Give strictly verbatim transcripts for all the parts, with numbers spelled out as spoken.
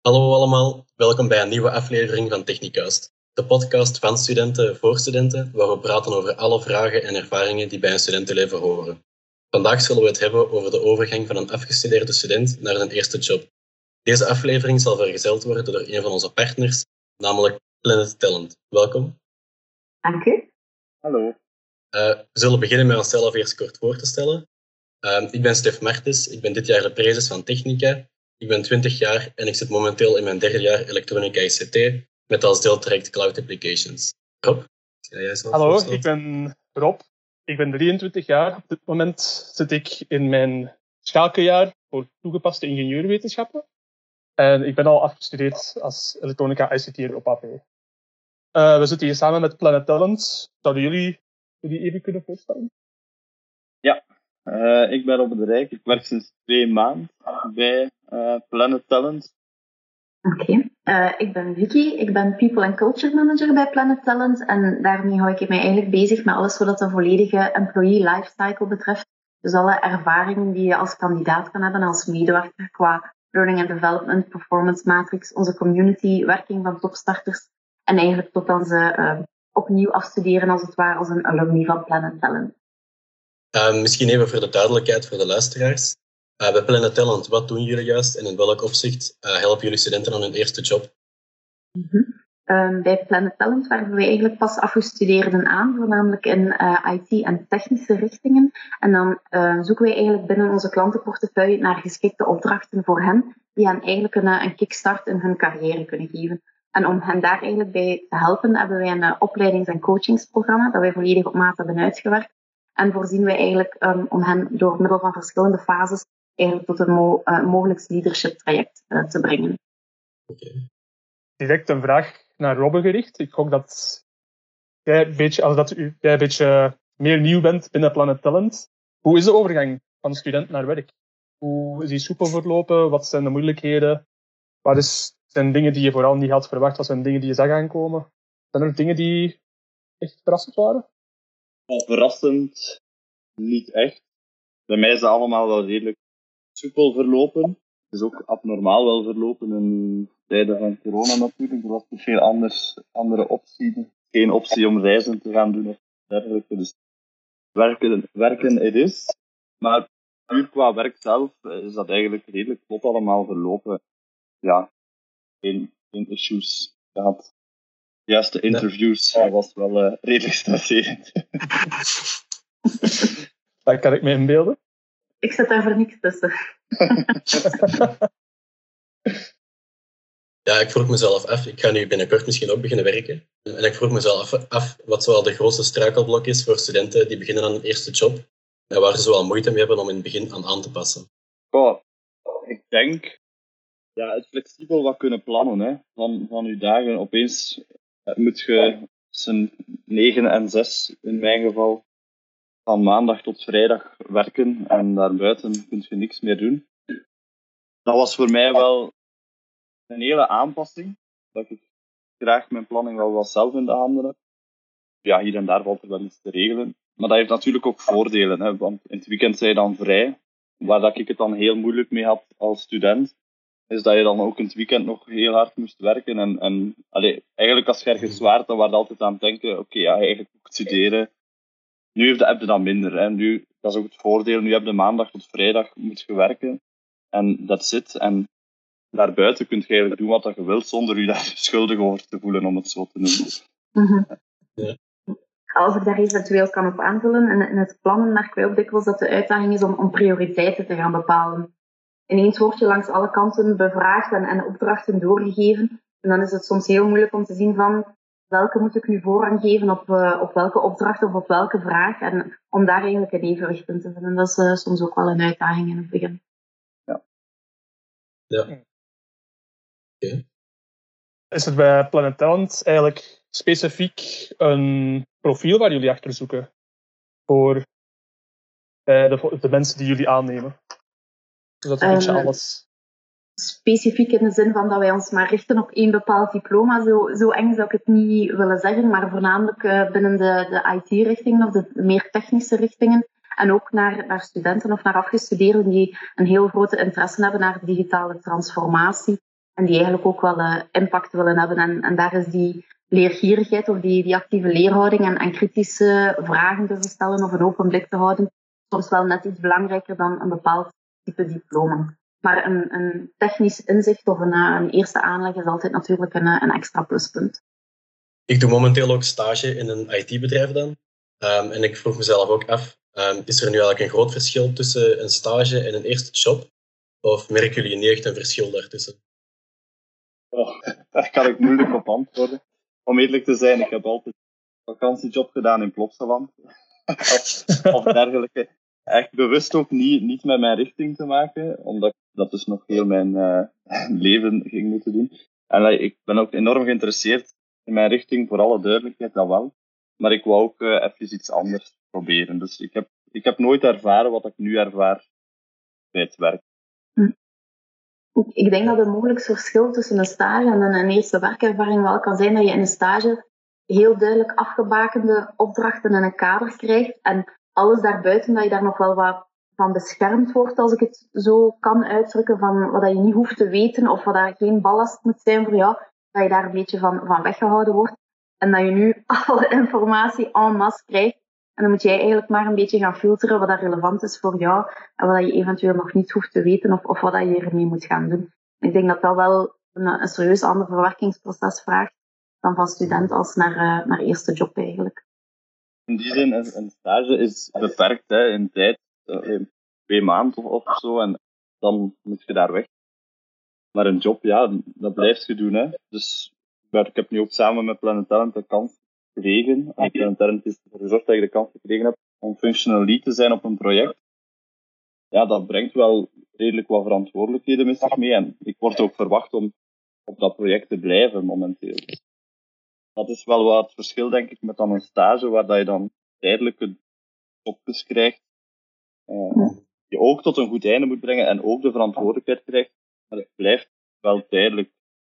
Hallo allemaal, welkom bij een nieuwe aflevering van Technicast, de podcast van studenten voor studenten, waar we praten over alle vragen en ervaringen die bij een studentenleven horen. Vandaag zullen we het hebben over de overgang van een afgestudeerde student naar zijn eerste job. Deze aflevering zal vergezeld worden door een van onze partners, namelijk Planet Talent. Welkom. Dank u. Hallo. Uh, we zullen beginnen met onszelf eerst kort voor te stellen. Uh, ik ben Stef Martens, ik ben dit jaar de prezes van Technica. Ik ben twintig jaar en ik zit momenteel in mijn derde jaar elektronica I C T met als deeltraject Cloud Applications. Rob, ga jij zelf Hallo, voorstellen? ik ben Rob. Ik ben drieëntwintig jaar. Op dit moment zit ik in mijn schakeljaar voor toegepaste ingenieurwetenschappen. En ik ben al afgestudeerd als elektronica I C T'er op A P. Uh, we zitten hier samen met Planet Talent. Zouden jullie jullie even kunnen voorstellen? Ja, uh, ik ben Robert de Rijk. Ik werk sinds twee maanden bij uh, Planet Talent. Oké, okay. uh, ik ben Vicky. Ik ben People and Culture Manager bij Planet Talent. En daarmee hou ik mij eigenlijk bezig met alles wat de volledige employee lifecycle betreft. Dus alle ervaringen die je als kandidaat kan hebben, als medewerker qua learning and development, performance matrix, onze community, werking van topstarters. En eigenlijk tot dan ze uh, opnieuw afstuderen als het ware als een alumni van Planet Talent. Uh, misschien even voor de duidelijkheid voor de luisteraars. Uh, bij Planet Talent, wat doen jullie juist en in welk opzicht uh, helpen jullie studenten aan hun eerste job? Mm-hmm. Um, bij Planet Talent werven we eigenlijk pas afgestudeerden aan, voornamelijk in uh, I T en technische richtingen. En dan uh, zoeken wij eigenlijk binnen onze klantenportefeuille naar geschikte opdrachten voor hen, die hen eigenlijk een, een kickstart in hun carrière kunnen geven. En om hen daar eigenlijk bij te helpen, hebben wij een uh, opleidings- en coachingsprogramma dat wij volledig op maat hebben uitgewerkt. En voorzien wij eigenlijk um, om hen door middel van verschillende fases eigenlijk tot een mo- uh, mogelijk leadership traject uh, te brengen. Okay. Direct een vraag naar Robbe gericht. Ik hoop dat jij een beetje, als dat u, jij een beetje meer nieuw bent binnen Planet Talent. Hoe is de overgang van student naar werk? Hoe is die soepel verlopen? Wat zijn de moeilijkheden? Wat is, zijn dingen die je vooral niet had verwacht? Wat zijn dingen die je zag aankomen? Zijn er dingen die echt verrassend waren? Oh, verrassend niet echt. Bij mij is het allemaal wel redelijk soepel verlopen. Het is ook abnormaal wel verlopen in tijden van corona natuurlijk. Er was niet veel anders, andere optie. Geen optie om reizen te gaan doen of dergelijke. Dus werken, werken het is. Maar puur qua werk zelf is dat eigenlijk redelijk vlot allemaal verlopen. Ja, geen, geen issues gehad. De juiste interviews nee. was wel uh, redelijk stresserend. Dat kan ik me inbeelden. Ik zit daar voor niks tussen. Ja, ik vroeg mezelf af, ik ga nu binnenkort misschien ook beginnen werken. En ik vroeg mezelf af, af wat zoal de grootste struikelblok is voor studenten die beginnen aan een eerste job. En waar ze zoal moeite mee hebben om in het begin aan aan te passen. Oh, ik denk ja, het flexibel wat kunnen plannen. Hè. Van, van je dagen opeens moet je tussen negen en zes in mijn geval van maandag tot vrijdag werken en daarbuiten kun je niks meer doen. Dat was voor mij wel een hele aanpassing, dat ik graag mijn planning wel wat zelf in de handen heb. Ja, hier en daar valt er wel iets te regelen. Maar dat heeft natuurlijk ook voordelen, hè, want in het weekend ben je dan vrij. Waar dat ik het dan heel moeilijk mee had als student, is dat je dan ook in het weekend nog heel hard moest werken. En, en allee, eigenlijk als je ergens waart, dan waren altijd aan het denken, oké, okay, ja, eigenlijk moet ik studeren. Nu heb je dat minder. Hè. Nu, dat is ook het voordeel. Nu heb je maandag tot vrijdag moet je werken. En that's it. En daarbuiten kun je eigenlijk doen wat je wilt, zonder je daar schuldig over te voelen, om het zo te noemen. Mm-hmm. Ja. Als ik daar eventueel kan op aanvullen, in, in het plannen merken wij ook dikwijls dat de uitdaging is om, om prioriteiten te gaan bepalen. Ineens word je langs alle kanten bevraagd en, en opdrachten doorgegeven. En dan is het soms heel moeilijk om te zien van welke moet ik nu voorrang geven op, uh, op welke opdracht of op welke vraag. En om daar eigenlijk een evenwicht in te vinden. Dat is uh, soms ook wel een uitdaging in het begin. Ja. Ja. Okay. Is er bij Planet Talent eigenlijk specifiek een profiel waar jullie achter zoeken? Voor uh, de, de mensen die jullie aannemen? Is dat een um, beetje alles? Specifiek in de zin van dat wij ons maar richten op één bepaald diploma. Zo, zo eng zou ik het niet willen zeggen, maar voornamelijk uh, binnen de, de I T-richtingen of de meer technische richtingen. En ook naar, naar studenten of naar afgestudeerden die een heel grote interesse hebben naar digitale transformatie. en die eigenlijk ook wel uh, impact willen hebben. En, en daar is die leergierigheid of die, die actieve leerhouding en, en kritische vragen durven stellen of een open blik te houden soms wel net iets belangrijker dan een bepaald type diploma. Maar een, een technisch inzicht of een, een eerste aanleg is altijd natuurlijk een, een extra pluspunt. Ik doe momenteel ook stage in een I T-bedrijf dan. Um, en ik vroeg mezelf ook af, um, is er nu eigenlijk een groot verschil tussen een stage en een eerste job? Of merken jullie niet echt een verschil daartussen? Oh, daar kan ik moeilijk op antwoorden. Om eerlijk te zijn, ik heb altijd een vakantiejob gedaan in Plopsaland. of, of dergelijke. Echt bewust ook niet, niet met mijn richting te maken, omdat ik dat dus nog heel mijn uh, leven ging moeten doen. En uh, ik ben ook enorm geïnteresseerd in mijn richting, voor alle duidelijkheid, dat wel. Maar ik wou ook uh, even iets anders proberen. Dus ik heb, ik heb nooit ervaren wat ik nu ervaar bij het werk. Hm. Ik denk dat het mogelijk verschil tussen een stage en een eerste werkervaring wel kan zijn dat je in een stage heel duidelijk afgebakende opdrachten in een kader krijgt en alles daarbuiten dat je daar nog wel wat van beschermd wordt, als ik het zo kan uitdrukken, van wat je niet hoeft te weten of wat daar geen ballast moet zijn voor jou, dat je daar een beetje van, van weggehouden wordt en dat je nu alle informatie en masse krijgt en dan moet jij eigenlijk maar een beetje gaan filteren wat dat relevant is voor jou en wat je eventueel nog niet hoeft te weten of, of wat je ermee moet gaan doen. Ik denk dat dat wel een, een serieus ander verwerkingsproces vraagt dan van student als naar, uh, naar eerste job eigenlijk. In die zin, een, een stage is beperkt hè, in tijd, uh, twee maanden of, of zo, en dan moet je daar weg. Maar een job, ja, dat blijft je doen. Hè. Dus ik heb nu ook samen met Planet Talent de kans gekregen, en Planet Talent is ervoor gezorgd dat ik de kans gekregen heb om functional lead te zijn op een project. Ja, dat brengt wel redelijk wat verantwoordelijkheden met zich mee, en ik word ook verwacht om op dat project te blijven momenteel. Dat is wel wat het verschil, denk ik, met dan een stage, waar dat je dan tijdelijke jobjes krijgt. Uh, je ook tot een goed einde moet brengen en ook de verantwoordelijkheid krijgt. Maar het blijft wel tijdelijk.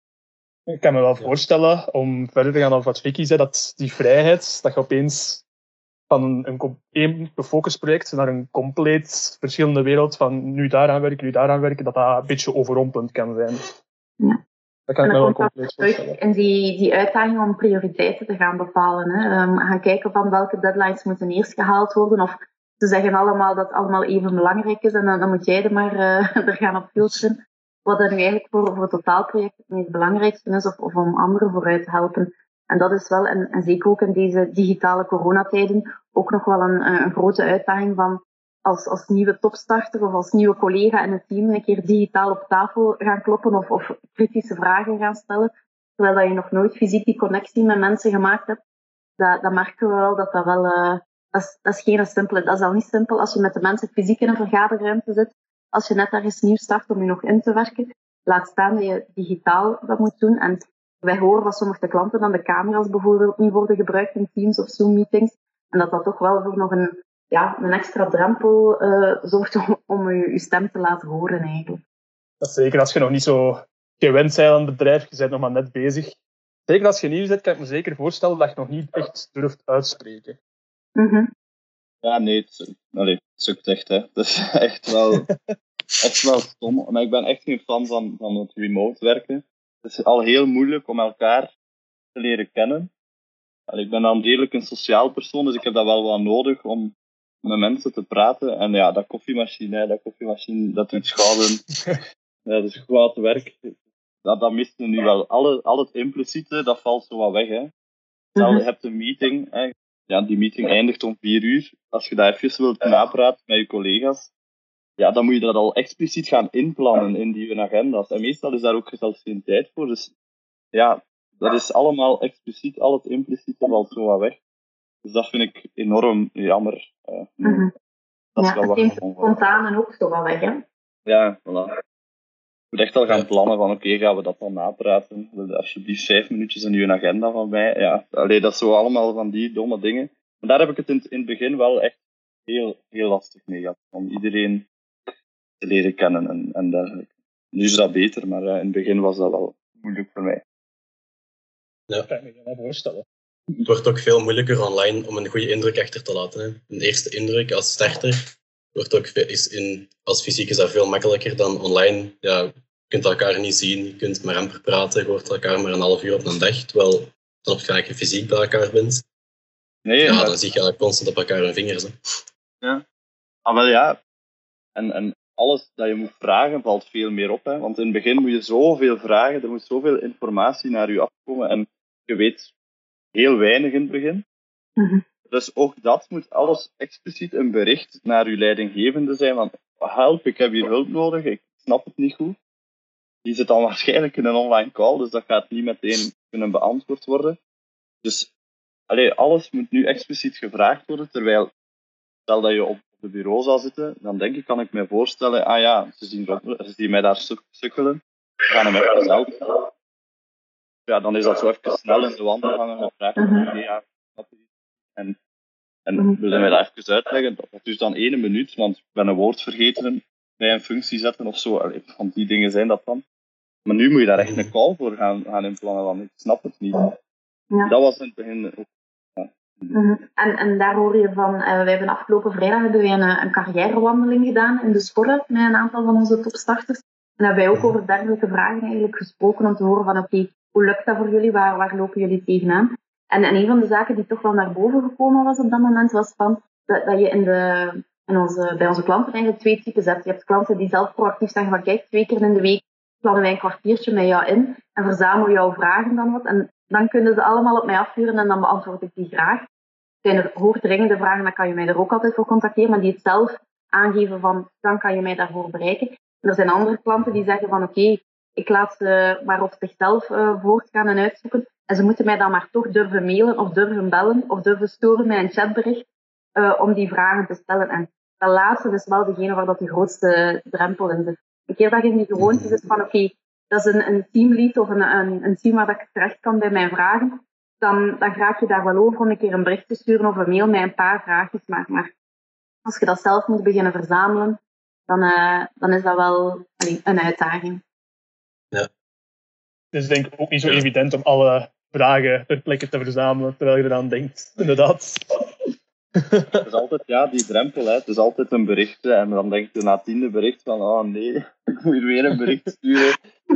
Ik kan me wel voorstellen, om verder te gaan op wat Vicky zei, dat die vrijheid, dat je opeens van een één gefocust project naar een compleet verschillende wereld, van nu daaraan werken, nu daaraan werken, dat dat een beetje overrompelend kan zijn. Ja. Dat kan ik me wel compleet voorstellen. En die, die uitdaging om prioriteiten te gaan bepalen. Hè. Um, gaan kijken van welke deadlines moeten eerst gehaald worden. Of ze zeggen allemaal dat het allemaal even belangrijk is. En dan, dan moet jij er maar uh, er gaan op filteren. Wat er nu eigenlijk voor, voor het totaalproject het meest belangrijkste is. Of, of om anderen vooruit te helpen. En dat is wel, en, en zeker ook in deze digitale coronatijden, ook nog wel een, een grote uitdaging van als, als nieuwe topstarter of als nieuwe collega in het team een keer digitaal op tafel gaan kloppen of, of kritische vragen gaan stellen, terwijl dat je nog nooit fysiek die connectie met mensen gemaakt hebt. Dat, dat merken we wel, dat dat wel, uh, dat is, dat is geen simpele, dat is al niet simpel als je met de mensen fysiek in een vergaderruimte zit, als je net ergens nieuw start om je nog in te werken. Laat staan dat je digitaal dat moet doen. En wij horen van sommige klanten dat de camera's bijvoorbeeld niet worden gebruikt in Teams of Zoom-meetings. En dat dat toch wel voor nog een, ja, een extra drempel uh, zorgt om, om je, je stem te laten horen eigenlijk. Dat is zeker als je nog niet zo gewend bent aan het bedrijf, je bent nog maar net bezig. Zeker als je nieuw bent, kan ik me zeker voorstellen dat je nog niet echt durft uitspreken. Mm-hmm. Ja, nee, het, allee, het sukt echt, hè. Dat is echt wel, echt wel stom. Maar ik ben echt geen fan van, van het remote werken. Het is al heel moeilijk om elkaar te leren kennen. Allee, ik ben dan redelijk een sociaal persoon, dus ik heb dat wel wat nodig om met mensen te praten. En ja, dat koffiemachine, hè, dat koffiemachine, dat doet schade. Ja, dat is kwaad werk. Dat, dat mist me nu wel. Alle, al het impliciete, dat valt zo wat weg, hè. Stel, je hebt een meeting, hè. Ja, die meeting eindigt om vier uur. Als je daar even wilt napraten met je collega's, ja, dan moet je dat al expliciet gaan inplannen in die agenda's. En meestal is daar ook zelfs geen tijd voor. Dus ja, dat is allemaal expliciet, al het impliciete valt zo wat weg. Dus dat vind ik enorm jammer. Uh, mm-hmm. Dat is ja, wel wat het spontane ook zo wat weg, hè? Ja, voilà. Je moet echt al gaan plannen van, oké, okay, gaan we dat dan napraten? Alsjeblieft vijf minuutjes in uw agenda van mij. Ja, allee, dat is zo allemaal van die domme dingen. Maar daar heb ik het in, in het begin wel echt heel, heel lastig mee gehad. Om iedereen te leren kennen en, en dergelijke. Nu is dat beter, maar uh, in het begin was dat wel moeilijk voor mij. Ja. Dat kan ik me wel voorstellen. Het wordt ook veel moeilijker online om een goede indruk achter te laten. Hè. Een eerste indruk als starter wordt ook is in, als fysiek is dat veel makkelijker dan online. Ja, kunt elkaar niet zien, je kunt maar amper praten, je hoort elkaar maar een half uur op een dag, terwijl dan op je fysiek bij elkaar bent. Nee, Ja, dat- dan zie je eigenlijk constant op elkaar hun vingers. Hè. Ja. Ah, wel ja. En, en alles dat je moet vragen valt veel meer op. Hè? Want in het begin moet je zoveel vragen, er moet zoveel informatie naar je afkomen. En je weet heel weinig in het begin. Mhm. Dus ook dat moet alles expliciet een bericht naar je leidinggevende zijn. Van, help, ik heb hier hulp nodig, ik snap het niet goed. Die zit dan waarschijnlijk in een online call, dus dat gaat niet meteen kunnen beantwoord worden. Dus allee, alles moet nu expliciet gevraagd worden, terwijl stel dat je op de bureau zou zitten, dan denk ik, kan ik me voorstellen, ah ja, ze zien, ze zien mij daar suk- sukkelen, we gaan hem even helpen. Ja, dan is dat zo even snel in de wandelgangen en vragen, Mhm. nee, ja, snap je niet. En, en Mhm. willen wij dat even uitleggen? Dat dat is dan één minuut, want ik ben een woord vergeten bij een functie zetten of zo. Allee, van die dingen zijn dat dan. Maar nu moet je daar echt een call voor gaan, gaan inplannen, want ik snap het niet. Ja. Dat was in het begin ook. Mhm. En, en daar hoor je van, uh, wij hebben afgelopen vrijdag hebben wij een, een carrièrewandeling gedaan in de Scorre met een aantal van onze topstarters. En hebben wij ook over dergelijke vragen eigenlijk gesproken om te horen van oké, okay, hoe lukt dat voor jullie, waar, waar lopen jullie tegenaan? En, en een van de zaken die toch wel naar boven gekomen was op dat moment was van dat, dat je in de, in onze, bij onze klanten eigenlijk twee types hebt. Je hebt klanten die zelf proactief zeggen van kijk, twee keer in de week plannen wij een kwartiertje met jou in en verzamelen jouw vragen dan wat. En dan kunnen ze allemaal op mij afvuren en dan beantwoord ik die graag. Zijn er hoogdringende vragen, dan kan je mij er ook altijd voor contacteren, maar die het zelf aangeven van, dan kan je mij daarvoor bereiken. En er zijn andere klanten die zeggen van, oké, okay, ik laat ze maar op zichzelf uh, voortgaan en uitzoeken. En ze moeten mij dan maar toch durven mailen of durven bellen of durven storen met een chatbericht uh, om die vragen te stellen. En dat laatste is wel degene waar dat de grootste drempel in zit. Een keer dat je in die gewoonte zit van, oké, okay, dat is een, een teamlead of een, een, een team waar dat ik terecht kan bij mijn vragen. Dan, dan raak je daar wel over om een keer een bericht te sturen of een mail met een paar vraagjes. Maar, maar als je dat zelf moet beginnen verzamelen, dan, uh, dan is dat wel allee, een uitdaging. Ja. Het is denk ik ook niet zo evident om alle vragen ter plekke te verzamelen, terwijl je eraan denkt. Inderdaad. Het is altijd, ja, die drempel, hè. Het is altijd een bericht, hè. En dan denk je na het tiende bericht van, oh nee, ik moet weer een bericht sturen.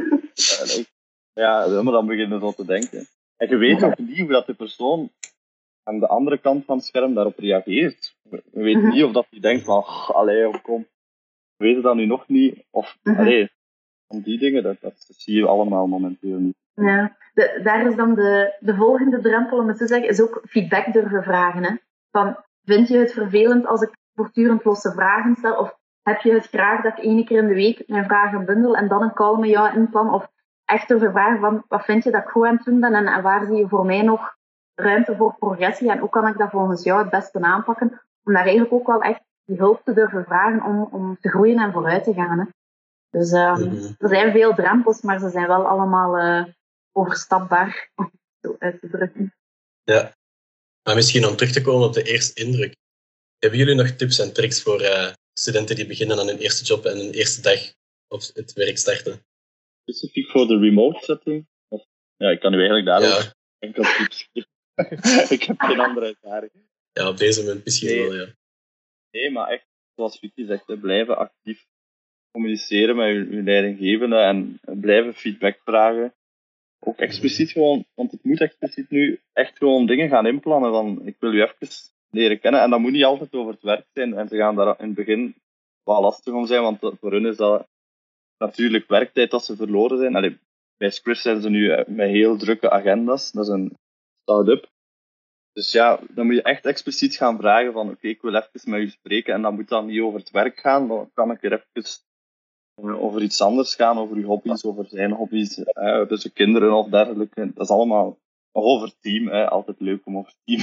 Ja, maar dan begin je zo te denken. En je weet ook niet hoe dat de persoon aan de andere kant van het scherm daarop reageert. We weten mm-hmm. niet of dat die denkt van, oh, allee, kom, we weten dat nu nog niet. Of, mm-hmm. allee, van die dingen, dat, dat zie je allemaal momenteel niet. Ja, de, daar is dan de, de volgende drempel, om het te zeggen, is ook feedback durven vragen. Hè? Van, vind je het vervelend als ik voortdurend losse vragen stel? Of heb je het graag dat ik één keer in de week mijn vragen bundel en dan een call met jou inplan? Of echt durven vragen van, wat vind je dat ik goed aan het doen ben en, en waar zie je voor mij nog ruimte voor progressie en hoe kan ik dat volgens jou het beste aanpakken? Om daar eigenlijk ook wel echt die hulp te durven vragen om, om te groeien en vooruit te gaan. Hè? Dus um, mm-hmm. er zijn veel drempels, maar ze zijn wel allemaal uh, overstapbaar, om het zo uit te drukken. Ja, maar misschien om terug te komen op de eerste indruk. Hebben jullie nog tips en tricks voor uh, studenten die beginnen aan hun eerste job en hun eerste dag op het werk starten? Specifiek voor de remote setting? Of, ja, ik kan u eigenlijk daarover ja. enkel tips geven. Ik heb geen andere ervaring. Ja, op deze moment misschien nee. wel, ja. Nee, maar echt, zoals Vicky zegt, hè, blijven actief communiceren met uw, uw leidinggevende en blijven feedback vragen. Ook expliciet gewoon, want het moet expliciet nu echt gewoon dingen gaan inplannen van, ik wil u even leren kennen. En dat moet niet altijd over het werk zijn. En ze gaan daar in het begin wel lastig om zijn, want voor hun is dat natuurlijk werktijd dat ze verloren zijn. Allee, bij Scrift zijn ze nu met heel drukke agenda's. Dat is een start-up. Dus ja, dan moet je echt expliciet gaan vragen van, oké, okay, ik wil even met u spreken. En dan moet dat niet over het werk gaan. Dan kan ik er even over iets anders gaan, over uw hobby's, over zijn hobby's, eh, tussen kinderen of dergelijke. Dat is allemaal over team. Eh, altijd leuk om over team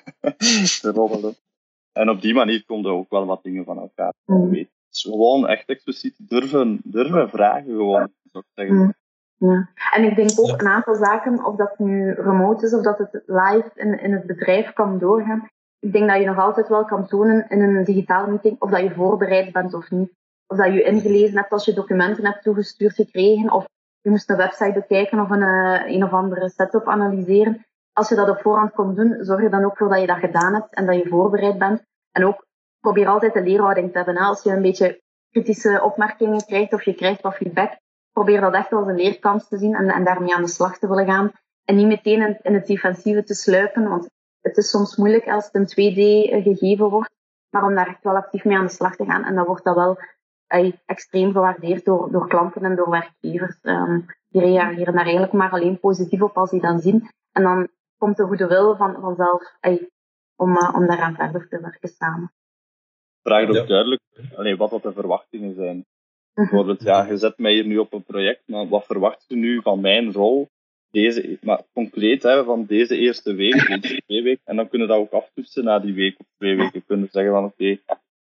te roddelen. En op die manier komt er ook wel wat dingen van elkaar te weten. Dus gewoon echt expliciet durven, durven vragen, gewoon, zou ik zeggen. Mm. Ja. En ik denk ook een aantal zaken, of dat nu remote is of dat het live in, in het bedrijf kan doorgaan. Ik denk dat je nog altijd wel kan tonen in een digitaal meeting of dat je voorbereid bent of niet. Of dat je ingelezen hebt als je documenten hebt toegestuurd gekregen, of je moest een website bekijken of een, een of andere setup analyseren. Als je dat op voorhand komt doen, zorg er dan ook voor dat je dat gedaan hebt en dat je voorbereid bent. En ook probeer altijd de leerhouding te hebben. Als je een beetje kritische opmerkingen krijgt of je krijgt wat feedback, probeer dat echt als een leerkans te zien en, en daarmee aan de slag te willen gaan. En niet meteen in, in het defensieve te sluipen, want het is soms moeilijk als het een twee D gegeven wordt, maar om daar echt wel actief mee aan de slag te gaan. En dan wordt dat wel ey, extreem gewaardeerd door, door klanten en door werkgevers. Um, die reageren daar eigenlijk maar alleen positief op als die dat zien. En dan komt de goede wil van, vanzelf ey, om, uh, om daaraan verder te werken samen. Vraag ook Ja. duidelijk allee, wat dat de verwachtingen zijn. Bijvoorbeeld, ja, je zet mij hier nu op een project, maar wat verwacht je nu van mijn rol? Deze, maar concreet, hè, van deze eerste week, deze twee weken, en dan kunnen we dat ook aftoetsen na die week of twee weken. Kunnen zeggen van, oké,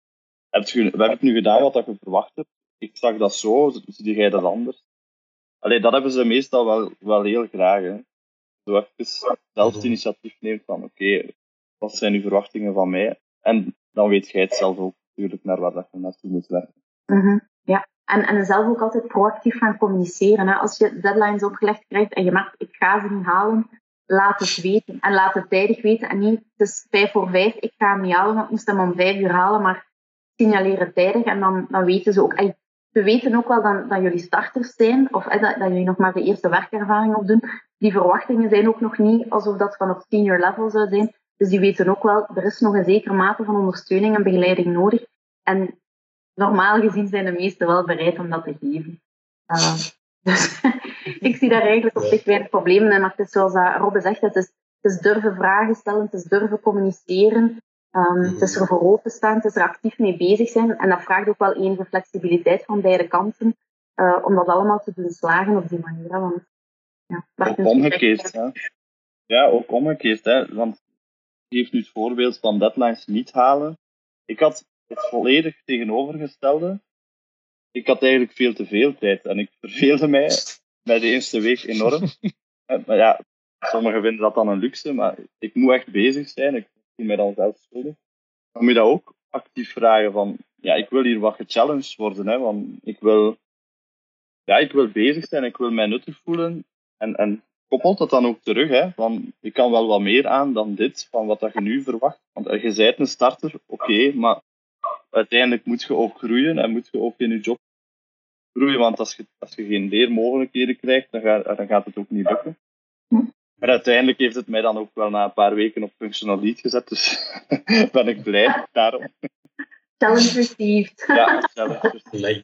okay, we hebben het nu gedaan wat dat je verwacht hebt. Ik zag dat zo, zie jij dat anders? Allee, dat hebben ze meestal wel, wel heel graag, hè. Zo even zelf het initiatief neemt van, oké, okay, wat zijn uw verwachtingen van mij? En dan weet jij het zelf ook natuurlijk naar waar dat je naartoe moet werken. Mm-hmm. Ja, en, en zelf ook altijd proactief gaan communiceren. Hè. Als je deadlines opgelegd krijgt en je merkt, ik ga ze niet halen, laat het weten. En laat het tijdig weten. En niet, het is vijf voor vijf, ik ga hem niet halen, want ik moest hem om vijf uur halen, maar signaleer het tijdig en dan, dan weten ze ook. En ze weten ook wel dat, dat jullie starters zijn, of eh, dat, dat jullie nog maar de eerste werkervaring opdoen. Die verwachtingen zijn ook nog niet alsof dat van op senior level zou zijn. Dus die weten ook wel, er is nog een zekere mate van ondersteuning en begeleiding nodig. En normaal gezien zijn de meesten wel bereid om dat te geven. Uh, dus ik zie daar eigenlijk op zich weinig problemen in. Maar het is zoals uh, Robbe zegt, het is, het is durven vragen stellen, het is durven communiceren. Um, het is er voor openstaan, het is er actief mee bezig zijn. En dat vraagt ook wel enige flexibiliteit van beide kanten. Uh, om dat allemaal te doen slagen op die manier. Hè, want, ja, ook omgekeerd, hè. Ja, ook omgekeerd, hè. Want geef nu het voorbeeld van deadlines niet halen. Ik had het volledig tegenovergestelde. Ik had eigenlijk veel te veel tijd en ik verveelde mij bij de eerste week enorm. Maar ja, sommigen vinden dat dan een luxe, maar ik moet echt bezig zijn. Ik voel mij dan zelf schuldig. Dan moet je dat ook actief vragen van, ja, ik wil hier wat gechallenged worden, hè, want ik wil, ja, ik wil bezig zijn, ik wil mij nuttig voelen. En, en koppelt dat dan ook terug, hè, van, je kan wel wat meer aan dan dit, van wat dat je nu verwacht. Want je bent een starter, oké, okay, maar uiteindelijk moet je ook groeien en moet je ook in je job groeien, want als je, als je geen leermogelijkheden krijgt, dan gaat, dan gaat het ook niet lukken. Maar uiteindelijk heeft het mij dan ook wel na een paar weken op functional lead gezet, dus ben ik blij daarom. Challenge received. Ja, challenge received. Nee.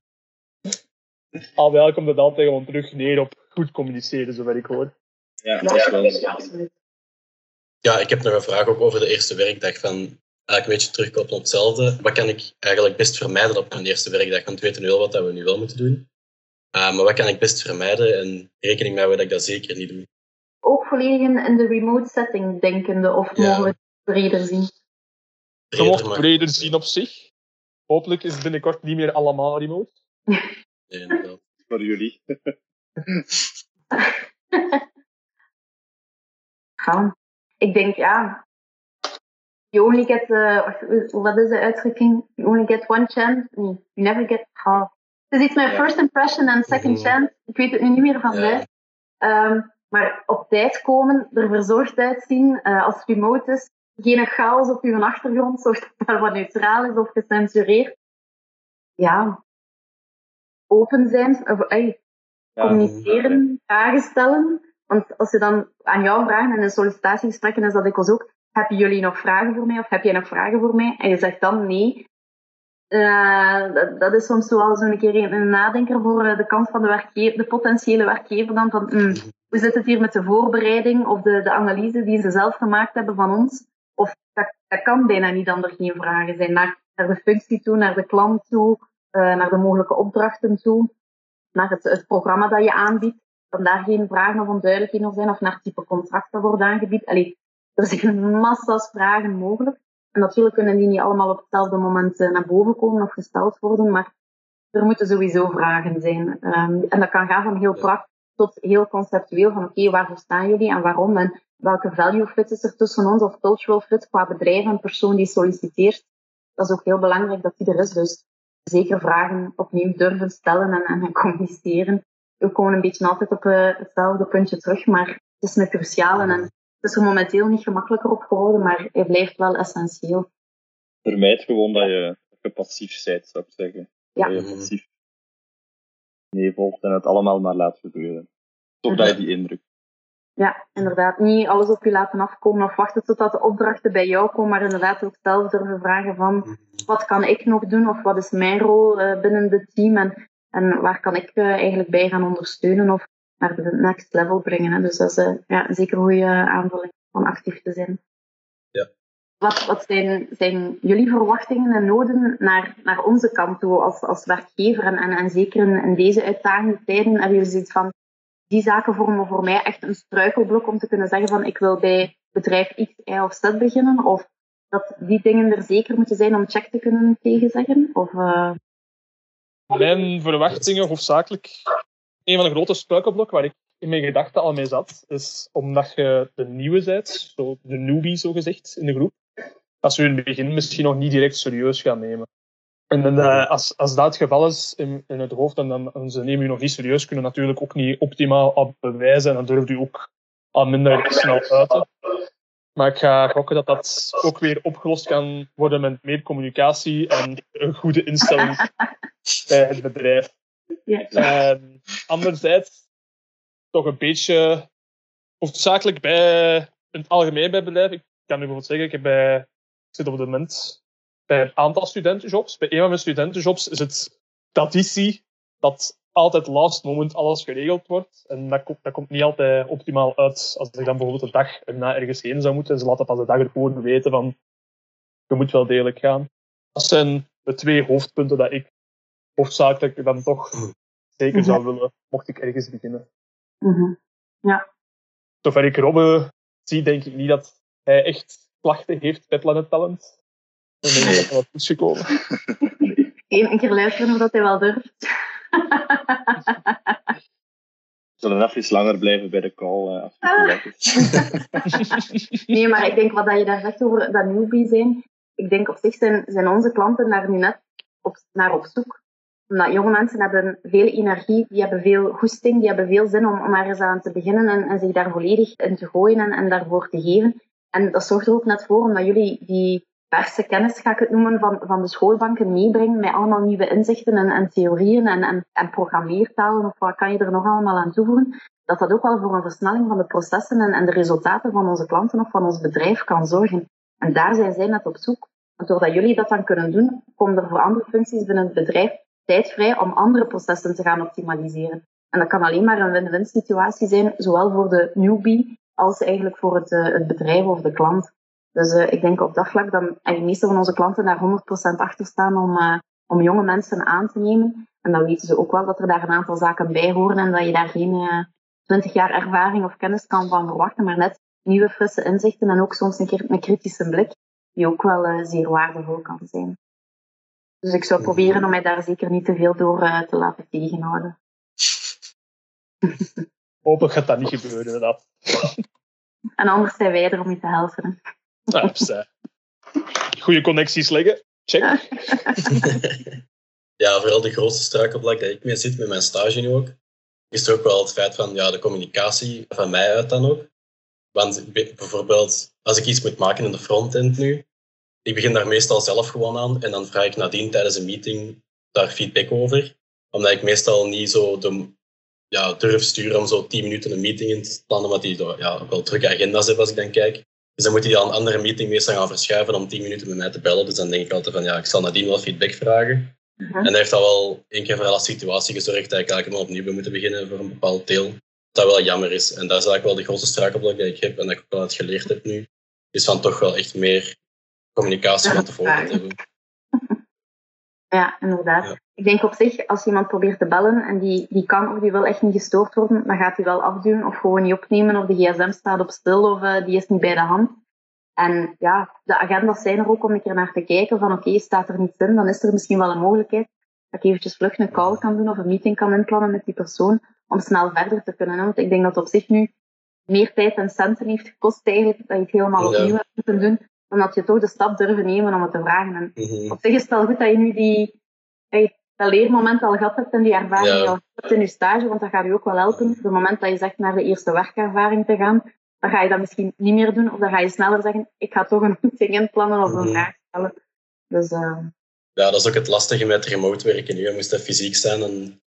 Al wel komt het altijd gewoon terug neer op goed communiceren, zover ik hoor. Ja, dat is wel Ja, absoluut. Ja, ik heb nog een vraag ook over de eerste werkdag. Van, eigenlijk een beetje terugkoppelen op hetzelfde. Wat kan ik eigenlijk best vermijden op mijn eerste werkdag? Want we weten nu wel wat we nu wel moeten doen. Uh, maar wat kan ik best vermijden? En rekening mee houden dat ik dat zeker niet doe. Ook volledig in, in de remote setting denkende, of Ja. mogen we het breder zien? Je mocht maar- breder zien op zich. Hopelijk is het binnenkort niet meer allemaal remote. Nee, inderdaad. voor jullie. Ja. Ik denk, ja, you only get, uh, wat is de uitdrukking? You only get one chance. Nee, you never get half. Het is iets met Ja. first impression en second Mhm. chance. Ik weet het nu niet meer van Ja. buiten. Um, maar op tijd komen, er verzorgd uitzien, uh, als het remote is, geen chaos op uw achtergrond, zorg dat het wat neutraal is of gecensureerd. Ja, open zijn, of, ey, Ja, communiceren, vragen stellen. Want als ze dan aan jou vragen in een sollicitatiegesprek, en is dat dikwijls ook, hebben jullie nog vragen voor mij of heb jij nog vragen voor mij? En je zegt dan nee. Uh, dat, dat is soms wel zo'n keer een, een nadenker voor de kant van de, werkgever, de potentiële werkgever dan van mm, hoe zit het hier met de voorbereiding of de, de analyse die ze zelf gemaakt hebben van ons? Of dat, dat kan bijna niet dan er geen vragen zijn. Naar, naar de functie toe, naar de klant toe, uh, naar de mogelijke opdrachten toe, naar het, het programma dat je aanbiedt. Dan daar geen vragen of onduidelijkheden over zijn of naar het type contract dat wordt aangebied. Allee, er zijn massa's vragen mogelijk. En natuurlijk kunnen die niet allemaal op hetzelfde moment uh, naar boven komen of gesteld worden, maar er moeten sowieso vragen zijn. Um, en dat kan gaan van heel praktisch tot heel conceptueel, van oké, okay, waarvoor staan jullie en waarom? En welke value fit is er tussen ons, of cultural fit qua bedrijf en persoon die solliciteert. Dat is ook heel belangrijk dat die er is. Dus zeker vragen opnieuw durven stellen en, en communiceren. We komen een beetje altijd op uh, hetzelfde puntje terug, maar het is een cruciale en het is er momenteel niet gemakkelijker op geworden, maar hij blijft wel essentieel. Vermijd gewoon dat je, dat je passief bent, zou ik zeggen. Ja. Dat je passief meevolgt en het allemaal maar laat gebeuren. Toch dat je die indruk. Ja, inderdaad. Niet alles op je laten afkomen of wachten totdat de opdrachten bij jou komen, maar inderdaad ook zelf durven vragen van wat kan ik nog doen of wat is mijn rol uh, binnen het team en, en waar kan ik uh, eigenlijk bij gaan ondersteunen of naar de next level brengen. Hè. Dus dat is uh, ja, zeker een goede aanvulling van actief te zijn. Ja. Wat, wat zijn, zijn jullie verwachtingen en noden naar, naar onze kant toe als, als werkgever en, en, en zeker in, in deze uitdagende tijden hebben jullie zoiets van die zaken vormen voor mij echt een struikelblok om te kunnen zeggen van ik wil bij bedrijf X, Y of Z beginnen. Of dat die dingen er zeker moeten zijn om check te kunnen tegenzeggen. Of, uh... Mijn verwachtingen, hoofdzakelijk, een van de grote struikelblokken waar ik in mijn gedachten al mee zat, is omdat je de nieuwe bent, zo de newbie zogezegd in de groep, als we in het begin misschien nog niet direct serieus gaan nemen. En dan, uh, als, als dat het geval is in, in het hoofd, en dan, dan ze nemen u nog niet serieus, kunnen natuurlijk ook niet optimaal op bewijzen en dan durft u ook al minder snel uiten. Maar ik ga gokken dat dat ook weer opgelost kan worden met meer communicatie en een goede instelling bij het bedrijf. Ja. En anderzijds toch een beetje hoofdzakelijk bij in het algemeen bij bedrijf. Ik kan u bijvoorbeeld zeggen, ik, heb bij, ik zit op het moment bij een aantal studentenjobs. Bij een van mijn studentenjobs is het traditie dat altijd last moment alles geregeld wordt. En dat komt, dat komt niet altijd optimaal uit als ik dan bijvoorbeeld de dag erna ergens heen zou moeten. En ze laten pas de dag ervoor weten van je moet wel degelijk gaan. Dat zijn de twee hoofdpunten dat ik hoofdzakelijk dan toch zeker zou willen, mocht ik ergens beginnen. Mm-hmm. Ja. Zover ik Robbe zie, denk ik niet dat hij echt klachten heeft bij Planet Talent. En denk ik dat er wat is gekomen. Eén keer luisteren of dat hij wel durft. We zullen even langer blijven bij de call. Uh, als ah. Nee, maar ik denk wat je daar zegt over dat newbie zijn. Ik denk op zich zijn, zijn onze klanten daar nu net op, naar op zoek. Omdat jonge mensen hebben veel energie, die hebben veel goesting, die hebben veel zin om, om ergens aan te beginnen en, en zich daar volledig in te gooien en, en daarvoor te geven. En dat zorgt er ook net voor, omdat jullie die verse kennis, ga ik het noemen, van, van de schoolbanken meebrengen met allemaal nieuwe inzichten en, en theorieën en, en, en programmeertalen, of wat kan je er nog allemaal aan toevoegen, dat dat ook wel voor een versnelling van de processen en, en de resultaten van onze klanten of van ons bedrijf kan zorgen. En daar zijn zij net op zoek. Want doordat jullie dat dan kunnen doen, komen er voor andere functies binnen het bedrijf tijd vrij om andere processen te gaan optimaliseren. En dat kan alleen maar een win-win situatie zijn, zowel voor de newbie als eigenlijk voor het, uh, het bedrijf of de klant. Dus uh, ik denk op dat vlak dat de meeste van onze klanten daar honderd procent achter staan om, uh, om jonge mensen aan te nemen. En dan weten ze ook wel dat er daar een aantal zaken bij horen en dat je daar geen uh, twintig jaar ervaring of kennis kan van verwachten, maar net nieuwe frisse inzichten en ook soms een keer een kritische blik, die ook wel uh, zeer waardevol kan zijn. Dus ik zou proberen om mij daar zeker niet te veel door uh, te laten tegenhouden. Hopelijk gaat dat niet gebeuren, inderdaad. En anders zijn wij er om je te helpen. Nou, goede connecties leggen. Check. Ja, vooral de grootste struikelblok dat ik mee zit met mijn stage nu ook, is er ook wel het feit van ja, de communicatie van mij uit dan ook. Want bijvoorbeeld, als ik iets moet maken in de frontend nu, ik begin daar meestal zelf gewoon aan en dan vraag ik nadien tijdens een meeting daar feedback over. Omdat ik meestal niet zo de, ja, durf sturen om zo tien minuten een meeting in te plannen, omdat die ja, ook wel drukke agenda's hebben als ik dan kijk. Dus dan moet hij al een andere meeting meestal gaan verschuiven om tien minuten met mij te bellen. Dus dan denk ik altijd van ja, ik zal nadien wel feedback vragen. Uh-huh. En dat heeft al wel één keer voor alle situatie gezorgd dat ik eigenlijk helemaal opnieuw ben moeten beginnen voor een bepaald deel. Dat wel jammer is. En dat is eigenlijk wel de grootste struikelblok die ik heb en dat ik ook wel uit geleerd heb nu. Is van toch wel echt meer communicatie van tevoren te hebben. Ja, inderdaad. Ja. Ik denk op zich, als iemand probeert te bellen en die, die kan of die wil echt niet gestoord worden, dan gaat hij wel afduwen of gewoon niet opnemen of de gsm staat op stil of uh, die is niet bij de hand. En ja, de agendas zijn er ook om een keer naar te kijken van oké, okay, staat er niets in, dan is er misschien wel een mogelijkheid dat ik eventjes vlug een call kan doen of een meeting kan inplannen met die persoon om snel verder te kunnen. Hè? Want ik denk dat het op zich nu meer tijd en centen heeft gekost eigenlijk dat je het helemaal opnieuw ja. hebt moeten doen, dan dat je toch de stap durven nemen om het te vragen. En mm-hmm. op zich is het wel goed dat je nu die, hey, dat leermoment al gehad hebt en die ervaring ja. al hebt in je stage, want dat gaat je ook wel helpen. Op het moment dat je zegt naar de eerste werkervaring te gaan, dan ga je dat misschien niet meer doen, of dan ga je sneller zeggen, ik ga toch een meeting inplannen of een mm-hmm. vraag stellen. Dus, uh... ja, dat is ook het lastige met remote werken nu. Je moest dat fysiek zijn en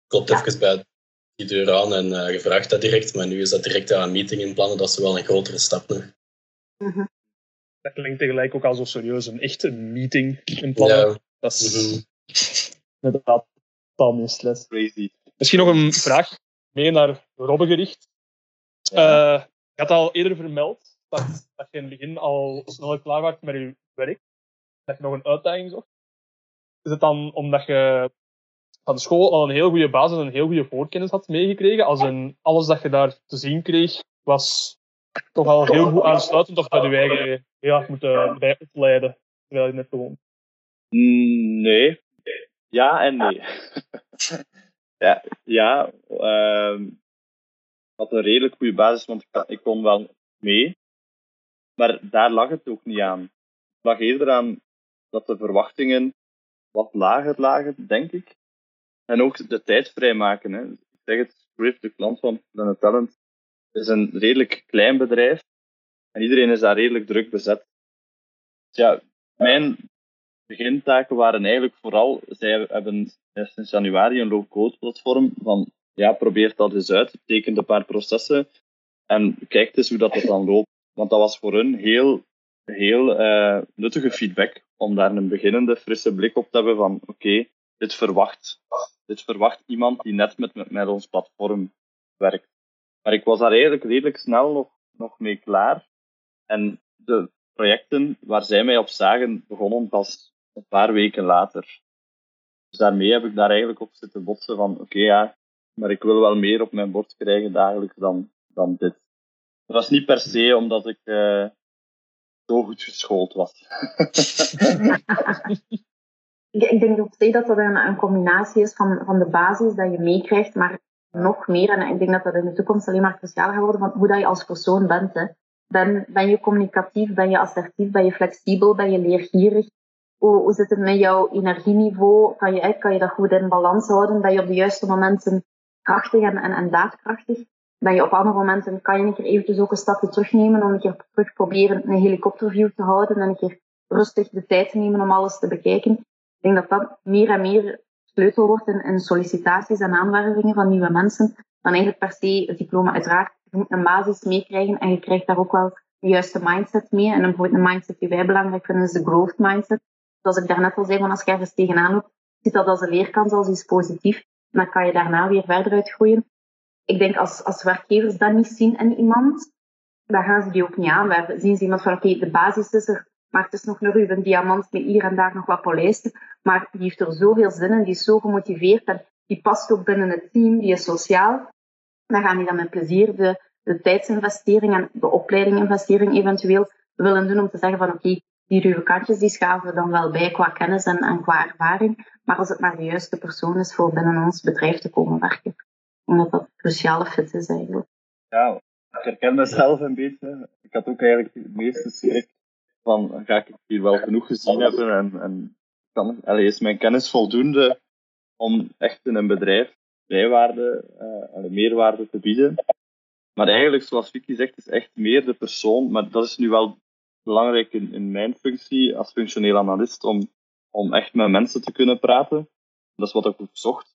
klopt Ja. even bij die deur aan en uh, je vraagt dat direct, maar nu is dat direct aan een meeting inplannen, dat is wel een grotere stap nog. Mm-hmm. Dat klinkt tegelijk ook al zo serieus, een echt een meeting inplannen. Ja. Dat is Mm-hmm. inderdaad totaal meer stress. Crazy. Misschien nog een vraag mee naar Robbe gericht. Ja. Uh, je had al eerder vermeld dat, dat je in het begin al snel klaar was met je werk. Dat je nog een uitdaging zocht. Is het dan omdat je van de school al een heel goede basis en een heel goede voorkennis had meegekregen? Als een, alles dat je daar te zien kreeg, was toch al heel goed aansluitend? Of dat je eigen heel hard moeten bij opleiden, terwijl je net gewoon? Nee. Ja en nee. ja, ja uh, ik had een redelijk goede basis, want ik, ik kon wel mee. Maar daar lag het ook niet aan. Het lag eerder aan dat de verwachtingen wat lager lagen, denk ik. En ook de tijd vrijmaken. Hè. Ik zeg het, Swift, de klant van Planet Talent, is een redelijk klein bedrijf. En iedereen is daar redelijk druk bezet. Dus ja, mijn begintaken waren eigenlijk vooral, zij hebben sinds januari een low-code platform van, ja, probeer dat eens uit, tekent een paar processen en kijk eens hoe dat, dat dan loopt. Want dat was voor hun heel, heel uh, nuttige feedback, om daar een beginnende, frisse blik op te hebben van, oké, okay, dit verwacht, dit verwacht iemand die net met, met, met ons platform werkt. Maar ik was daar eigenlijk redelijk snel nog, nog mee klaar. En de projecten waar zij mij op zagen, begonnen pas een paar weken later. Dus daarmee heb ik daar eigenlijk op zitten botsen van, oké, okay, ja, maar ik wil wel meer op mijn bord krijgen dagelijks dan, dan dit. Dat was niet per se omdat ik uh, zo goed geschoold was. ik, ik denk nog steeds dat dat een, een combinatie is van, van de basis dat je meekrijgt, maar nog meer, en ik denk dat dat in de toekomst alleen maar cruciaal gaat worden, van hoe dat je als persoon bent. Hè. Ben, ben je communicatief, ben je assertief, ben je flexibel, ben je leergierig? Hoe, hoe zit het met jouw energieniveau? Kan je, kan je dat goed in balans houden? Ben je op de juiste momenten krachtig en, en, en daadkrachtig? Ben je op andere momenten, kan je een keer eventjes ook een stapje terugnemen om een keer terug proberen een helikopterview te houden en een keer rustig de tijd te nemen om alles te bekijken? Ik denk dat dat meer en meer sleutel wordt in, in sollicitaties en aanwervingen van nieuwe mensen dan eigenlijk per se het diploma. Uiteraard, je moet een basis meekrijgen en je krijgt daar ook wel de juiste mindset mee. En bijvoorbeeld een mindset die wij belangrijk vinden is de growth mindset. Zoals ik daarnet al zei, van als je ergens tegenaan loopt, ziet dat als een leerkans, als iets positief. En dan kan je daarna weer verder uitgroeien. Ik denk als, als werkgevers dat niet zien in iemand, dan gaan ze die ook niet aanwerven. Zien ze iemand van, oké, okay, de basis is er, maar het is nog een ruwe diamant met hier en daar nog wat polijsten. Maar die heeft er zoveel zin in, die is zo gemotiveerd en die past ook binnen het team, die is sociaal. Dan gaan die dan met plezier de, de tijdsinvestering en de opleidinginvestering eventueel willen doen om te zeggen van, oké, okay, die ruwe kantjes die schaven we dan wel bij qua kennis en, en qua ervaring. Maar als het maar de juiste persoon is voor binnen ons bedrijf te komen werken. Omdat dat een cruciale fit is eigenlijk. Ja, ik herken mezelf een beetje. Ik had ook eigenlijk het meeste schrik van, ga ik hier wel genoeg gezien hebben en, en kan, allee, is mijn kennis voldoende om echt in een bedrijf bijwaarde, uh, meerwaarde te bieden. Maar eigenlijk, zoals Vicky zegt, is echt meer de persoon, maar dat is nu wel belangrijk in, in mijn functie als functioneel analist, om, om echt met mensen te kunnen praten. Dat is wat ik ook zocht.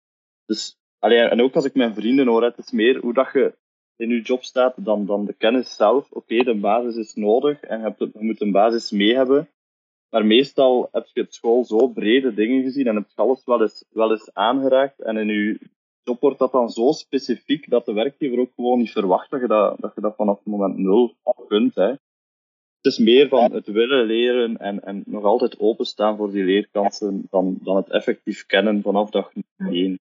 Dus, allee, en ook als ik mijn vrienden hoor, het is meer hoe dat je in je job staat dan, dan de kennis zelf. Oké, okay, de basis is nodig en je, hebt, je moet een basis mee hebben. Maar meestal heb je op school zo brede dingen gezien en heb je alles wel eens, wel eens aangeraakt. En in je job wordt dat dan zo specifiek dat de werkgever ook gewoon niet verwacht dat je dat, dat, je dat vanaf het moment nul kunt. Hè. Het is meer van het willen leren en, en nog altijd openstaan voor die leerkansen dan, dan het effectief kennen vanaf dag één.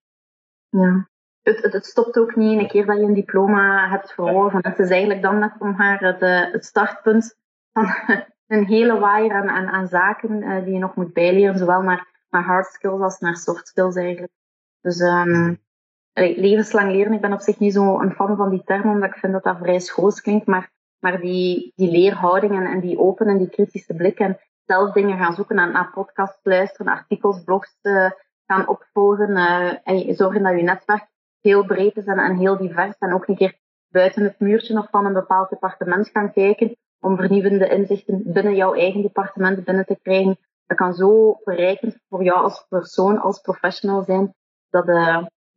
Ja. Het, het, het stopt ook niet een keer dat je een diploma hebt verworven. Het is eigenlijk dan net om haar het, het startpunt van een hele waaier aan, aan, aan zaken uh, die je nog moet bijleren, zowel naar, naar hard skills als naar soft skills eigenlijk. Dus um, levenslang leren, ik ben op zich niet zo een fan van die term, omdat ik vind dat dat vrij schools klinkt, maar, maar die, die leerhouding en, en die open en die kritische blik en zelf dingen gaan zoeken, naar, naar podcasts luisteren, artikels, blogs uh, gaan opvolgen uh, en zorgen dat je netwerk heel breed is en, en heel divers en ook een keer buiten het muurtje nog van een bepaald departement gaan kijken om vernieuwende inzichten binnen jouw eigen departement binnen te krijgen. Dat kan zo verrijkend voor jou als persoon, als professional zijn, dat, uh,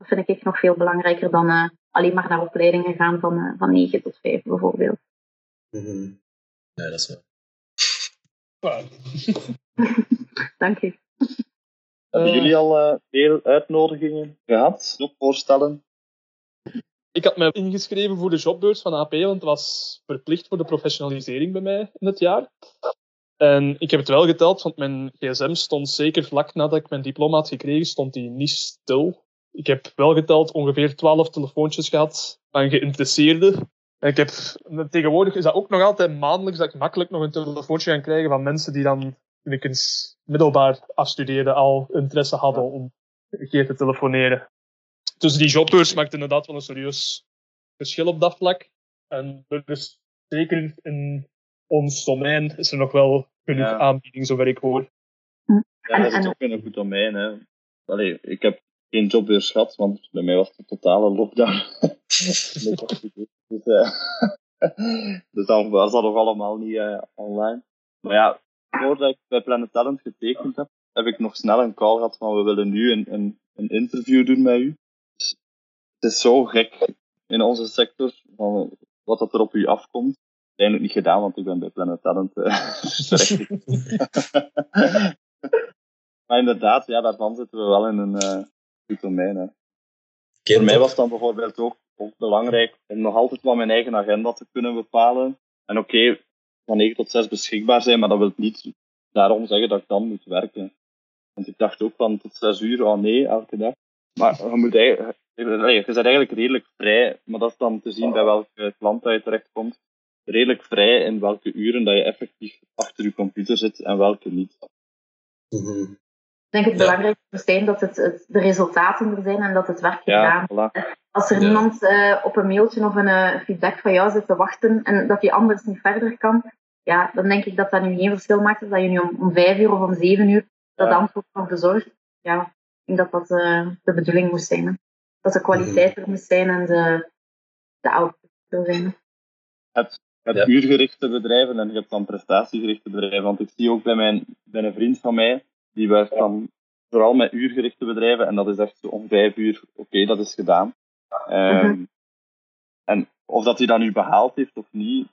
Dat vind ik nog veel belangrijker dan uh, alleen maar naar opleidingen gaan van, uh, van negen tot vijf bijvoorbeeld. Mm-hmm. Nee, dat is wel. Wow. Dank u. Hebben uh, jullie al uh, veel uitnodigingen gehad? Jobvoorstellen? Ik had me ingeschreven voor de jobbeurs van A P, want het was verplicht voor de professionalisering bij mij in het jaar. En ik heb het wel geteld, want mijn gsm stond zeker vlak nadat ik mijn diploma had gekregen, stond die niet stil. Ik heb wel geteld ongeveer twaalf telefoontjes gehad aan geïnteresseerden. En ik heb, tegenwoordig is dat ook nog altijd maandelijks dat ik makkelijk nog een telefoontje kan krijgen van mensen die dan, toen ik eens middelbaar afstudeerde, al interesse hadden om een keer te telefoneren. Dus die jobbeurs maakt inderdaad wel een serieus verschil op dat vlak. En dus zeker in ons domein is er nog wel genoeg ja. aanbieding, zover ik hoor. Ja, dat is ook een goed domein. Hè. Allee, ik heb geen jobbeurs gehad, want bij mij was het een totale lockdown. dus uh, dus dan was dat nog allemaal niet uh, online. Maar ja, voordat ik bij Planet Talent getekend heb, heb ik nog snel een call gehad van we willen nu een, een, een interview doen met u. Dus het is zo gek in onze sector, van wat dat er op u afkomt. Uiteindelijk niet gedaan, want ik ben bij Planet Talent uh, terecht. Maar inderdaad, ja, daarvan zitten we wel in een uh, goed domein. Hè. Voor mij was het dan bijvoorbeeld ook, ook belangrijk om nog altijd wel mijn eigen agenda te kunnen bepalen. En oké, okay, van negen tot zes beschikbaar zijn, maar dat wil niet daarom zeggen dat ik dan moet werken. Want ik dacht ook van tot zes uur, oh nee, elke dag. Maar je moet eigenlijk, je bent eigenlijk redelijk vrij, maar dat is dan te zien bij welke klant dat je terechtkomt. Redelijk vrij in welke uren dat je effectief achter je computer zit en welke niet. Mm-hmm. Ik denk het ja. belangrijkste moet zijn dat het, het, de resultaten er zijn en dat het werk ja, gedaan is. Voilà. Als er ja. niemand uh, op een mailtje of een uh, feedback van jou zit te wachten en dat je anders niet verder kan, ja, dan denk ik dat dat nu geen verschil maakt of dat je nu om, om vijf uur of om zeven uur dat ja. antwoord nog bezorgt. Ja, ik denk dat dat uh, de bedoeling moest zijn. Hè. Dat de kwaliteit er moest zijn en de, de output er zijn. Het, het ja. uurgerichte bedrijven en je hebt dan prestatiegerichte bedrijven. Want ik zie ook bij, mijn, bij een vriend van mij, die werkt dan vooral met uurgerichte bedrijven en dat is echt zo om vijf uur, oké, okay, dat is gedaan. Um, mm-hmm. En of dat hij dat nu behaald heeft of niet,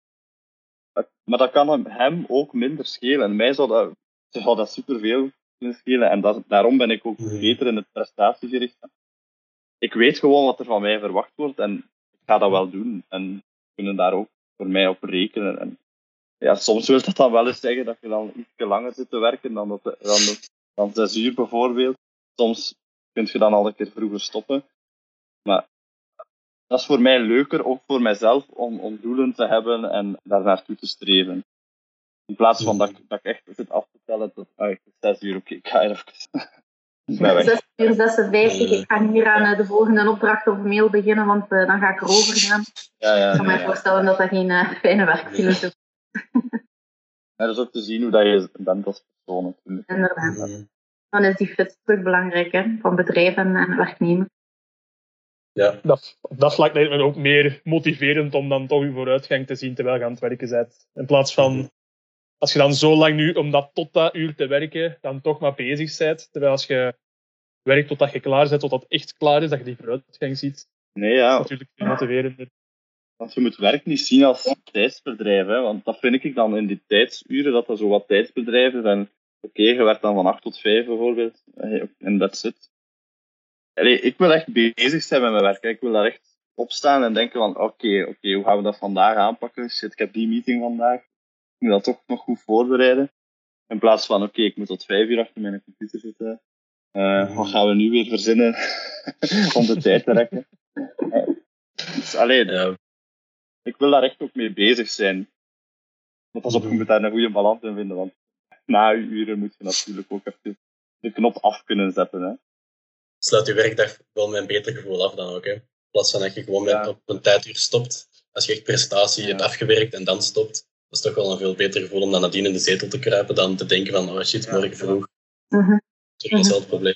maar dat kan hem ook minder schelen. En mij zou dat, zou dat superveel kunnen schelen en dat, daarom ben ik ook mm-hmm. beter in het prestatiegerichte. Ik weet gewoon wat er van mij verwacht wordt en ik ga dat wel doen. En kunnen daar ook voor mij op rekenen. En ja, soms wil dat dan wel eens zeggen dat je dan iets langer zit te werken dan, dat, dan, dan zes uur bijvoorbeeld. Soms kun je dan al een keer vroeger stoppen. Maar dat is voor mij leuker, ook voor mijzelf, om, om doelen te hebben en daar naartoe te streven. In plaats van dat, dat ik echt zit af te tellen tot ah, zes uur, oké, okay, ik ga even... zes uur zesenvijftig, ik ga hier aan de volgende opdracht of mail beginnen, want uh, dan ga ik erover gaan. Ja, ja, ik kan nee, me ja. voorstellen dat dat geen uh, fijne werkfilosofie is. Ja, dat is ook te zien hoe dat je bent als persoon natuurlijk. Inderdaad. Mm-hmm. Dan is die fit terug belangrijk, hè, van bedrijven en werknemers. Ja. Dat, op dat vlak lijkt me ook meer motiverend om dan toch je vooruitgang te zien terwijl je aan het werken bent. In plaats van, mm-hmm. als je dan zo lang nu, om dat tot dat uur te werken, dan toch maar bezig bent. Terwijl als je werkt totdat je klaar bent, totdat het echt klaar is, dat je die vooruitgang ziet. Nee, ja. Dat is natuurlijk veel motiverender. Want je moet werk niet zien als tijdsbedrijf, hè, want dat vind ik dan in die tijdsuren, dat er zo wat tijdsbedrijven zijn. Oké, okay, je werkt dan van acht tot vijf bijvoorbeeld, en that's it. Allee, ik wil echt bezig zijn met mijn werk, hè. Ik wil daar echt opstaan en denken van, oké, okay, oké, okay, hoe gaan we dat vandaag aanpakken? Shit, ik heb die meeting vandaag, ik moet dat toch nog goed voorbereiden. In plaats van, oké, okay, ik moet tot vijf uur achter mijn computer zitten. Uh, wat gaan we nu weer verzinnen om de tijd te rekken? Dus, allee, ja. Ik wil daar echt ook mee bezig zijn. Want als op, je moet daar een goede balans in vinden, want na je uren moet je natuurlijk ook even de knop af kunnen zetten. Hè. Sluit je werkdag wel met een beter gevoel af dan ook, hè? In plaats van dat je gewoon ja. met op een tijduur stopt. Als je echt prestatie ja. hebt afgewerkt en dan stopt, dat is toch wel een veel beter gevoel om dan nadien in de zetel te kruipen dan te denken van, oh shit, morgen vroeg. Mm-hmm. Dat is wel het probleem.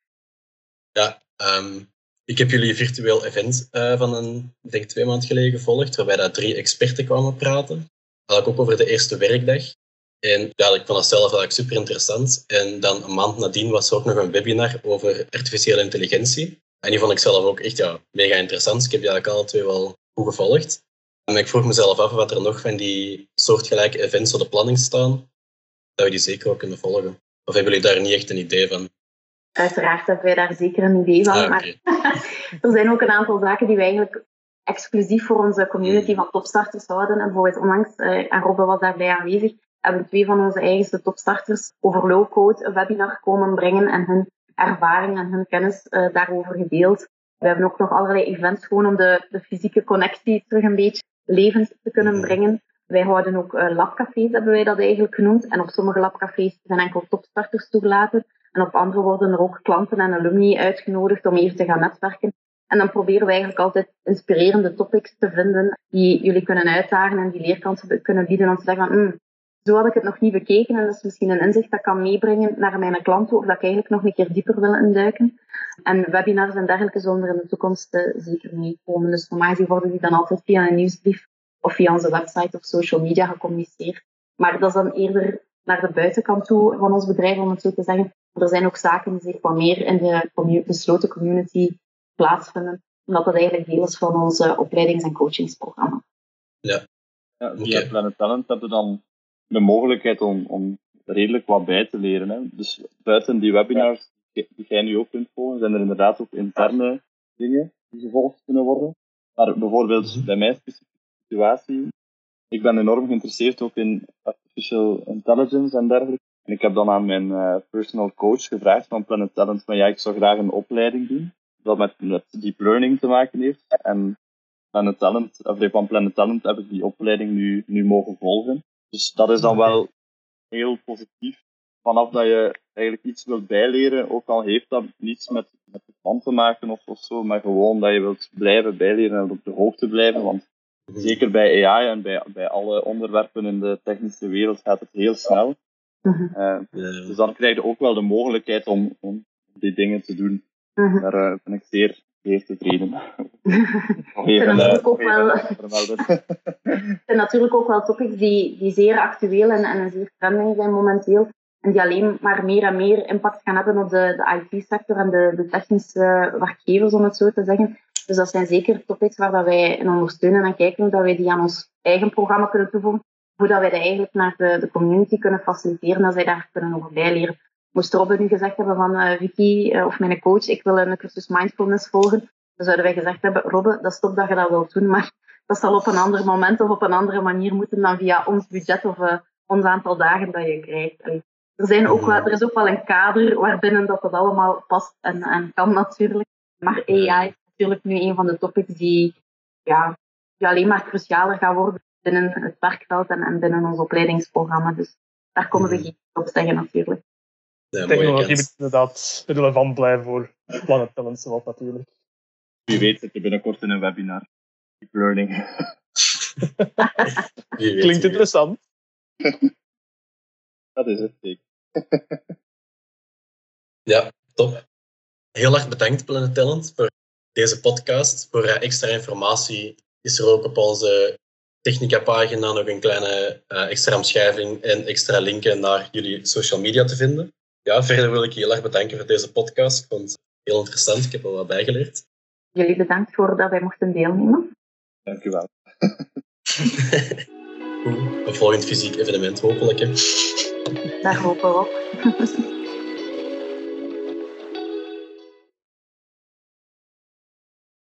Ja, um, ik heb jullie virtueel event uh, van een, ik denk twee maanden geleden gevolgd, waarbij daar drie experten kwamen praten. Eigenlijk ook over de eerste werkdag. En ja, ik vond dat zelf eigenlijk super interessant. En dan een maand nadien was er ook nog een webinar over artificiële intelligentie. En die vond ik zelf ook echt ja, mega interessant. Ik heb die eigenlijk alle twee wel goed gevolgd. En ik vroeg mezelf af wat er nog van die soortgelijke events op de planning staan, dat we die zeker ook kunnen volgen. Of hebben jullie daar niet echt een idee van? Uiteraard hebben wij daar zeker een idee van. Ah, Maar okay. er zijn ook een aantal zaken die wij eigenlijk exclusief voor onze community van topstarters houden. En bijvoorbeeld onlangs, uh, en Robbe was daarbij aanwezig, hebben twee van onze eigenste topstarters over low-code een webinar komen brengen en hun ervaring en hun kennis uh, daarover gedeeld. We hebben ook nog allerlei events gewoon om de, de fysieke connectie terug een beetje levend te kunnen brengen. Wij houden ook uh, labcafés, hebben wij dat eigenlijk genoemd. En op sommige labcafés zijn enkel topstarters toegelaten. En op andere worden er ook klanten en alumni uitgenodigd om even te gaan netwerken. En dan proberen we eigenlijk altijd inspirerende topics te vinden die jullie kunnen uitdagen en die leerkansen kunnen bieden om te zeggen van, mm, zo had ik het nog niet bekeken en dat is misschien een inzicht dat ik kan meebrengen naar mijn klant toe of dat ik eigenlijk nog een keer dieper wil induiken. En webinars en dergelijke zullen er in de toekomst uh, zeker meekomen. Dus normaal gezien worden die dan altijd via een nieuwsbrief of via onze website of social media gecommuniceerd. Maar dat is dan eerder naar de buitenkant toe van ons bedrijf, om het zo te zeggen. Er zijn ook zaken die zich wat meer in de commu- besloten community plaatsvinden, omdat dat eigenlijk deel is van onze opleidings- en coachingsprogramma. Ja. Ja, via okay. Planet Talent hebben we dan de mogelijkheid om, om redelijk wat bij te leren. Hè. Dus buiten die webinars die jij nu ook kunt volgen, zijn er inderdaad ook interne dingen die gevolgd kunnen worden. Maar bijvoorbeeld bij mijn specifieke situatie, ik ben enorm geïnteresseerd ook in artificial intelligence en dergelijke. En ik heb dan aan mijn uh, personal coach gevraagd van Planet Talent, van ja, ik zou graag een opleiding doen, dat met, met deep learning te maken heeft. En Planet Talent, of van Planet Talent heb ik die opleiding nu, nu mogen volgen. Dus dat is dan wel heel positief. Vanaf dat je eigenlijk iets wilt bijleren, ook al heeft dat niets met, met het plan te maken of, of zo, maar gewoon dat je wilt blijven bijleren en op de hoogte blijven. Want zeker bij A I en bij, bij alle onderwerpen in de technische wereld gaat het heel snel. Uh, ja. Dus dan krijg je ook wel de mogelijkheid om, om die dingen te doen. Uh-huh. Daar uh, ben ik zeer, zeer tevreden. Het zijn natuurlijk ook wel, zijn natuurlijk ook wel topics die, die zeer actueel en, en zeer trending zijn momenteel. En die alleen maar meer en meer impact gaan hebben op de, de I T-sector en de, de technische werkgevers, om het zo te zeggen. Dus dat zijn zeker topics waar dat wij in ondersteunen en kijken hoe dat wij die aan ons eigen programma kunnen toevoegen. Hoe dat wij dat eigenlijk naar de, de community kunnen faciliteren, dat zij daar kunnen over bijleren. Moest Robbe nu gezegd hebben van uh, Vicky, uh, of mijn coach, ik wil een cursus mindfulness volgen, dan zouden wij gezegd hebben, Robbe, dat is top dat je dat wilt doen, maar dat zal op een ander moment of op een andere manier moeten dan via ons budget of uh, ons aantal dagen dat je krijgt. Allee. Er, zijn ook wel, er is ook wel een kader waarbinnen dat dat allemaal past en, en kan natuurlijk. Maar A I is natuurlijk nu een van de topics die, ja, die alleen maar crucialer gaat worden binnen het werkveld en, en binnen ons opleidingsprogramma. Dus daar komen we geen op zeggen natuurlijk. Ja, technologie moet inderdaad relevant blijven voor Planet Talent, wat natuurlijk. Wie weet zit je binnenkort in een webinar. Deep learning. Klinkt interessant. Dat is het zeker. Ja, top. Heel erg bedankt Planet Talent voor deze podcast. Voor extra informatie is er ook op onze Technica-pagina nog een kleine uh, extra omschrijving en extra linken naar jullie social media te vinden. Ja, verder wil ik je heel erg bedanken voor deze podcast. Ik vond het heel interessant. Ik heb er wat bijgeleerd. Jullie bedankt voor dat wij mochten deelnemen. Dank u wel. Een volgend fysiek evenement hopelijk. Hè. Daar hopen we op.